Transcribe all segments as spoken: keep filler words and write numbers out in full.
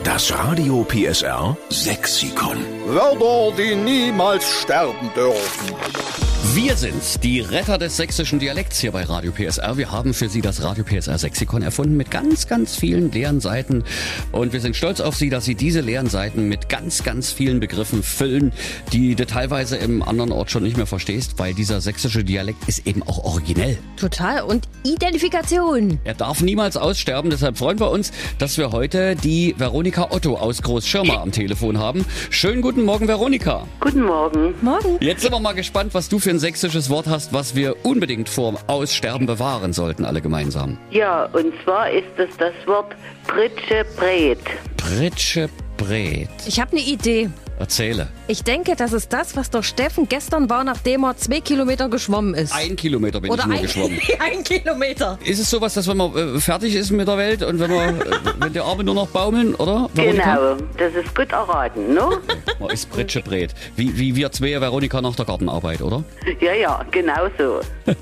Das Radio P S R Sexikon. Wörter, die niemals sterben dürfen. Wir sind die Retter des sächsischen Dialekts hier bei Radio P S R. Wir haben für Sie das Radio P S R Sexikon erfunden mit ganz, ganz vielen leeren Seiten. Und wir sind stolz auf Sie, dass Sie diese leeren Seiten mit ganz, ganz vielen Begriffen füllen, die du teilweise im anderen Ort schon nicht mehr verstehst, weil dieser sächsische Dialekt ist eben auch originell. Total. Und Identifikation. Er darf niemals aussterben. Deshalb freuen wir uns, dass wir heute die Veronika Otto aus Großschirma am Telefon haben. Schönen guten Morgen, Veronika. Guten Morgen. Morgen. Jetzt sind wir mal gespannt, was du für ein sächsisches Wort hast, was wir unbedingt vorm Aussterben bewahren sollten, alle gemeinsam. Ja, und zwar ist es das Wort Pritschebret. Pritschebret. Ich habe eine Idee. Erzähle. Ich denke, das ist das, was der Steffen gestern war, nachdem er zwei Kilometer geschwommen ist. Ein Kilometer bin Oder ich nur ein, geschwommen. ein Kilometer. Ist es sowas, dass wenn man äh, fertig ist mit der Welt und wenn man, äh, wenn die Arme nur noch baumeln, oder? Veronika? Genau, das ist gut erraten, ne? Man ist Pritschebret. Wie, wie wir zwei, Veronika, nach der Gartenarbeit, oder? Ja, ja, genau so.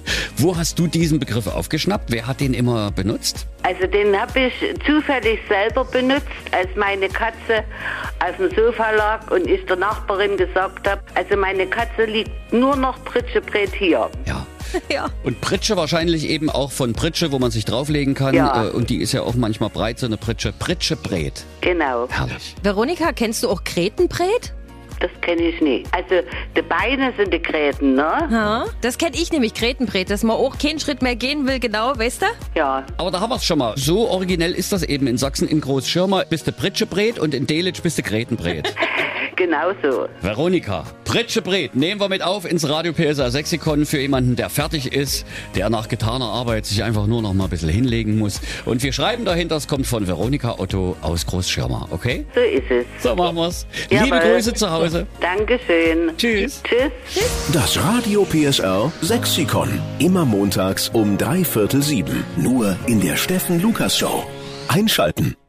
Wo hast du diesen Begriff aufgeschnappt? Wer hat den immer benutzt? Also den habe ich zufällig selber benutzt, als meine Katze auf dem Sofa lag und ich der Nachbarin gesagt habe, also meine Katze liegt nur noch Pritschebret hier. Ja. Ja. Und Pritsche wahrscheinlich eben auch von Pritsche, wo man sich drauflegen kann. Ja. Äh, und die ist ja auch manchmal breit, so eine Pritsche. Pritschebret. Genau, Herrlich. Veronika, kennst du auch Kretenbret? das kenne ich nicht. Also die Beine sind die Gräten, ne? Ja, das kenne ich nämlich, Kretenbret, dass man auch keinen Schritt mehr gehen will, genau, weißt du? Ja. Aber da haben wir es schon mal. So originell ist das eben. In Sachsen, in Großschirma bist du Pritschebret und in Delitzsch bist du Kretenbret. Genau so. Veronika, Pritschebret nehmen wir mit auf ins Radio P S R Sexikon für jemanden, der fertig ist, der nach getaner Arbeit sich einfach nur noch mal ein bisschen hinlegen muss. Und wir schreiben dahinter, es kommt von Veronika Otto aus Großschirma, okay? So ist es. So machen wir's. Jawohl. Liebe Grüße zu Hause. Dankeschön. Tschüss. Tschüss. Das Radio P S R Sexikon. Immer montags um drei Viertel sieben. Nur in der Steffen Lukas Show. Einschalten.